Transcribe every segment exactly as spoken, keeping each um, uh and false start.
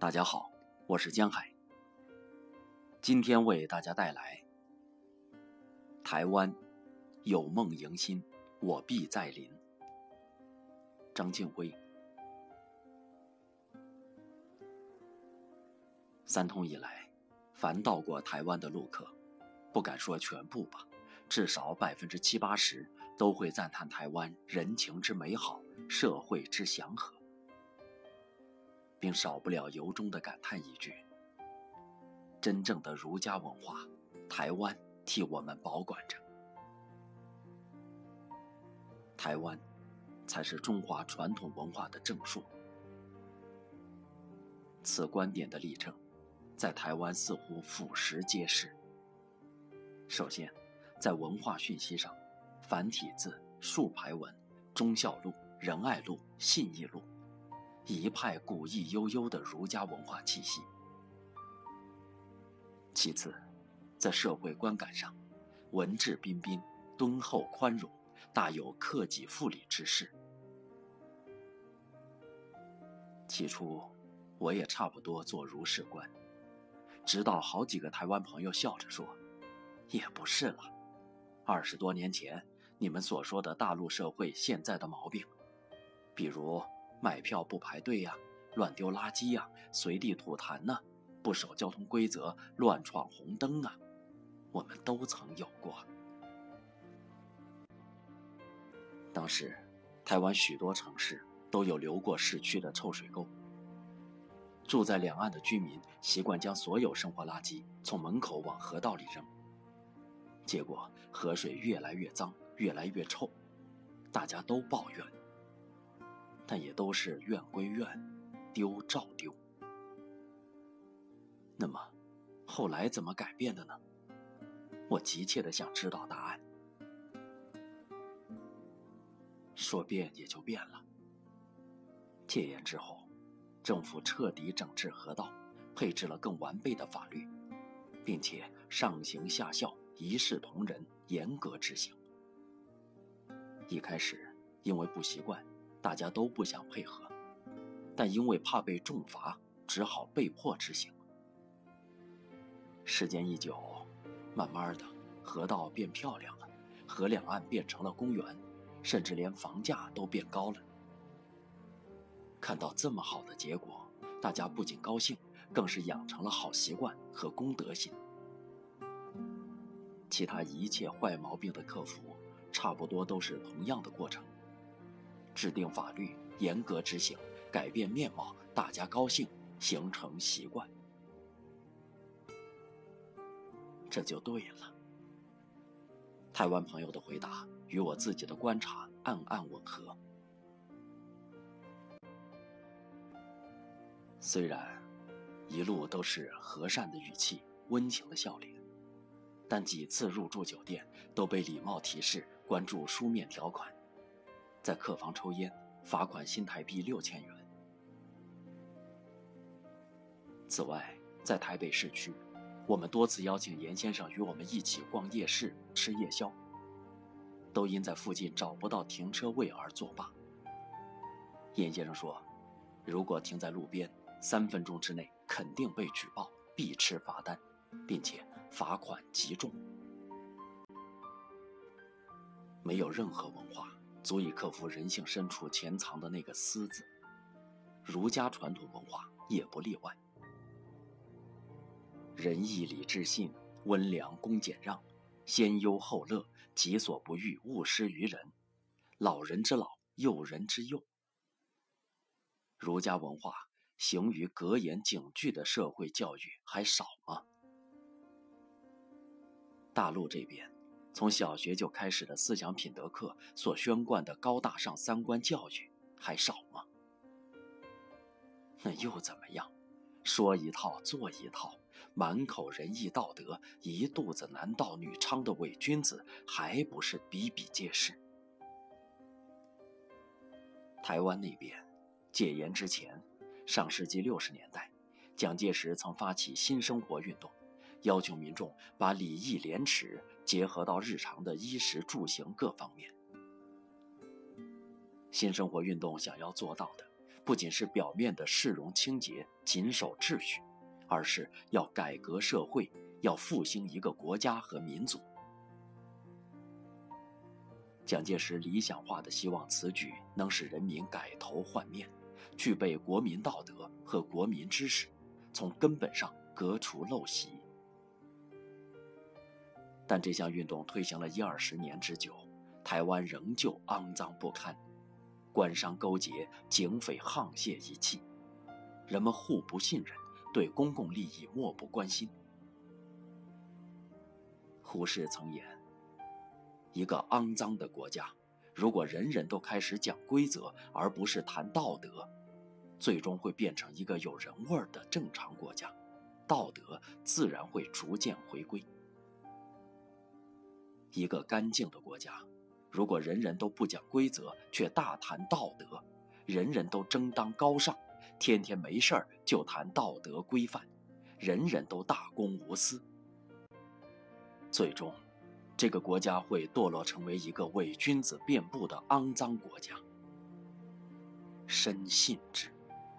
大家好，我是江海。今天为大家带来台湾有梦迎新，我必再临。张庆辉。三通以来，凡到过台湾的陆客，不敢说全部吧，至少百分之七八十都会赞叹台湾人情之美好，社会之祥和，并少不了由衷的感叹一句：真正的儒家文化，台湾替我们保管着。台湾才是中华传统文化的正数。此观点的例证，在台湾似乎俯拾皆是。首先，在文化讯息上，繁体字、竖排文、忠孝录、仁爱录、信义录，一派古意悠悠的儒家文化气息。其次，在社会观感上，文质彬彬、敦厚宽容，大有克己复礼之势。起初，我也差不多做如是观，直到好几个台湾朋友笑着说：也不是了，二十多年前你们所说的大陆社会现在的毛病，比如买票不排队呀、乱丢垃圾呀、随地吐痰呐、不守交通规则、乱闯红灯啊，我们都曾有过。当时台湾许多城市都有流过市区的臭水沟，住在两岸的居民习惯将所有生活垃圾从门口往河道里扔，结果河水越来越脏，越来越臭，大家都抱怨，但也都是怨归怨，丢照丢。那么后来怎么改变的呢？我急切地想知道答案。说变也就变了。戒严之后，政府彻底整治河道，配置了更完备的法律，并且上行下效，一视同仁，严格执行。一开始因为不习惯，大家都不想配合，但因为怕被重罚，只好被迫执行。时间一久，慢慢的河道变漂亮了，河两岸变成了公园，甚至连房价都变高了。看到这么好的结果，大家不仅高兴，更是养成了好习惯和公德心。其他一切坏毛病的克服，差不多都是同样的过程：制定法律，严格执行，改变面貌，大家高兴，形成习惯。这就对了。台湾朋友的回答与我自己的观察暗暗吻合。虽然一路都是和善的语气，温情的笑脸，但几次入住酒店都被礼貌提示关注书面条款，在客房抽烟，罚款新台币六千元。此外，在台北市区，我们多次邀请严先生与我们一起逛夜市、吃夜宵，都因在附近找不到停车位而作罢。严先生说，如果停在路边，三分钟之内肯定被举报，必吃罚单，并且罚款极重。没有任何文化足以克服人性深处潜藏的那个私字，儒家传统文化也不例外。仁义礼智信，温良恭俭让，先忧后乐，己所不欲，勿施于人，老人之老，幼人之幼。儒家文化行于格言警句的社会教育还少吗？大陆这边，从小学就开始的思想品德课所宣贯的高大上三观教育还少吗？那又怎么样？说一套做一套，满口仁义道德，一肚子男盗女娼的伪君子，还不是比比皆是？台湾那边戒严之前，上世纪六十年代，蒋介石曾发起新生活运动，要求民众把礼义廉耻结合到日常的衣食住行各方面。新生活运动想要做到的， 不仅是表面的市容清洁、谨守秩序，而是要改革社会，要复兴一个国家和民族。蒋介石理想化的希望此举能使人民改头换面，具备国民道德和国民知识，从根本上革除陋习。但这项运动推行了一二十年之久，台湾仍旧肮脏不堪，官商勾结，警匪沆瀣一气，人们互不信任，对公共利益漠不关心。胡适曾言，一个肮脏的国家，如果人人都开始讲规则而不是谈道德，最终会变成一个有人味的正常国家，道德自然会逐渐回归。一个干净的国家，如果人人都不讲规则，却大谈道德，人人都争当高尚，天天没事儿就谈道德规范，人人都大公无私，最终这个国家会堕落成为一个伪君子遍布的肮脏国家。深信之。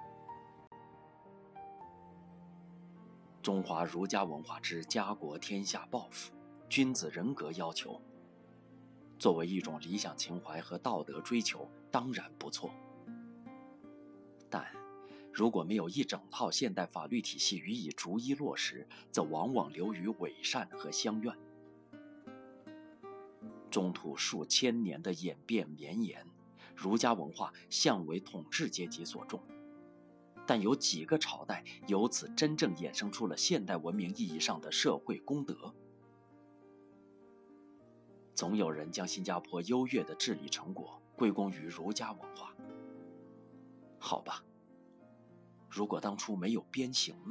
中华儒家文化之家国天下抱负、君子人格要求，作为一种理想情怀和道德追求，当然不错。但如果没有一整套现代法律体系予以逐一落实，则往往流于伪善和乡愿。中土数千年的演变绵延，儒家文化向为统治阶级所重，但有几个朝代由此真正衍生出了现代文明意义上的社会公德？总有人将新加坡优越的治理成果归功于儒家文化。好吧，如果当初没有鞭刑呢？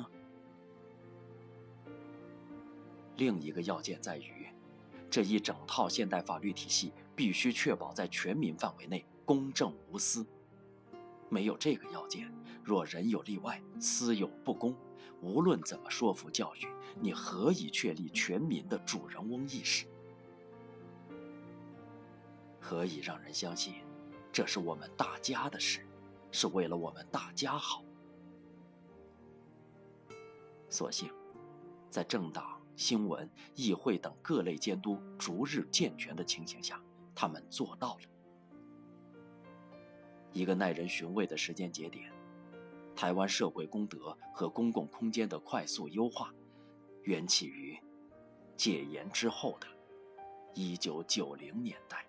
另一个要件在于，这一整套现代法律体系必须确保在全民范围内公正无私。没有这个要件，若人有例外，私有不公，无论怎么说服教育，你何以确立全民的主人翁意识？何以让人相信这是我们大家的事，是为了我们大家好？所幸在政党、新闻、议会等各类监督逐日健全的情形下，他们做到了。一个耐人寻味的时间节点，台湾社会公德和公共空间的快速优化，缘起于戒严之后的一九九零年代。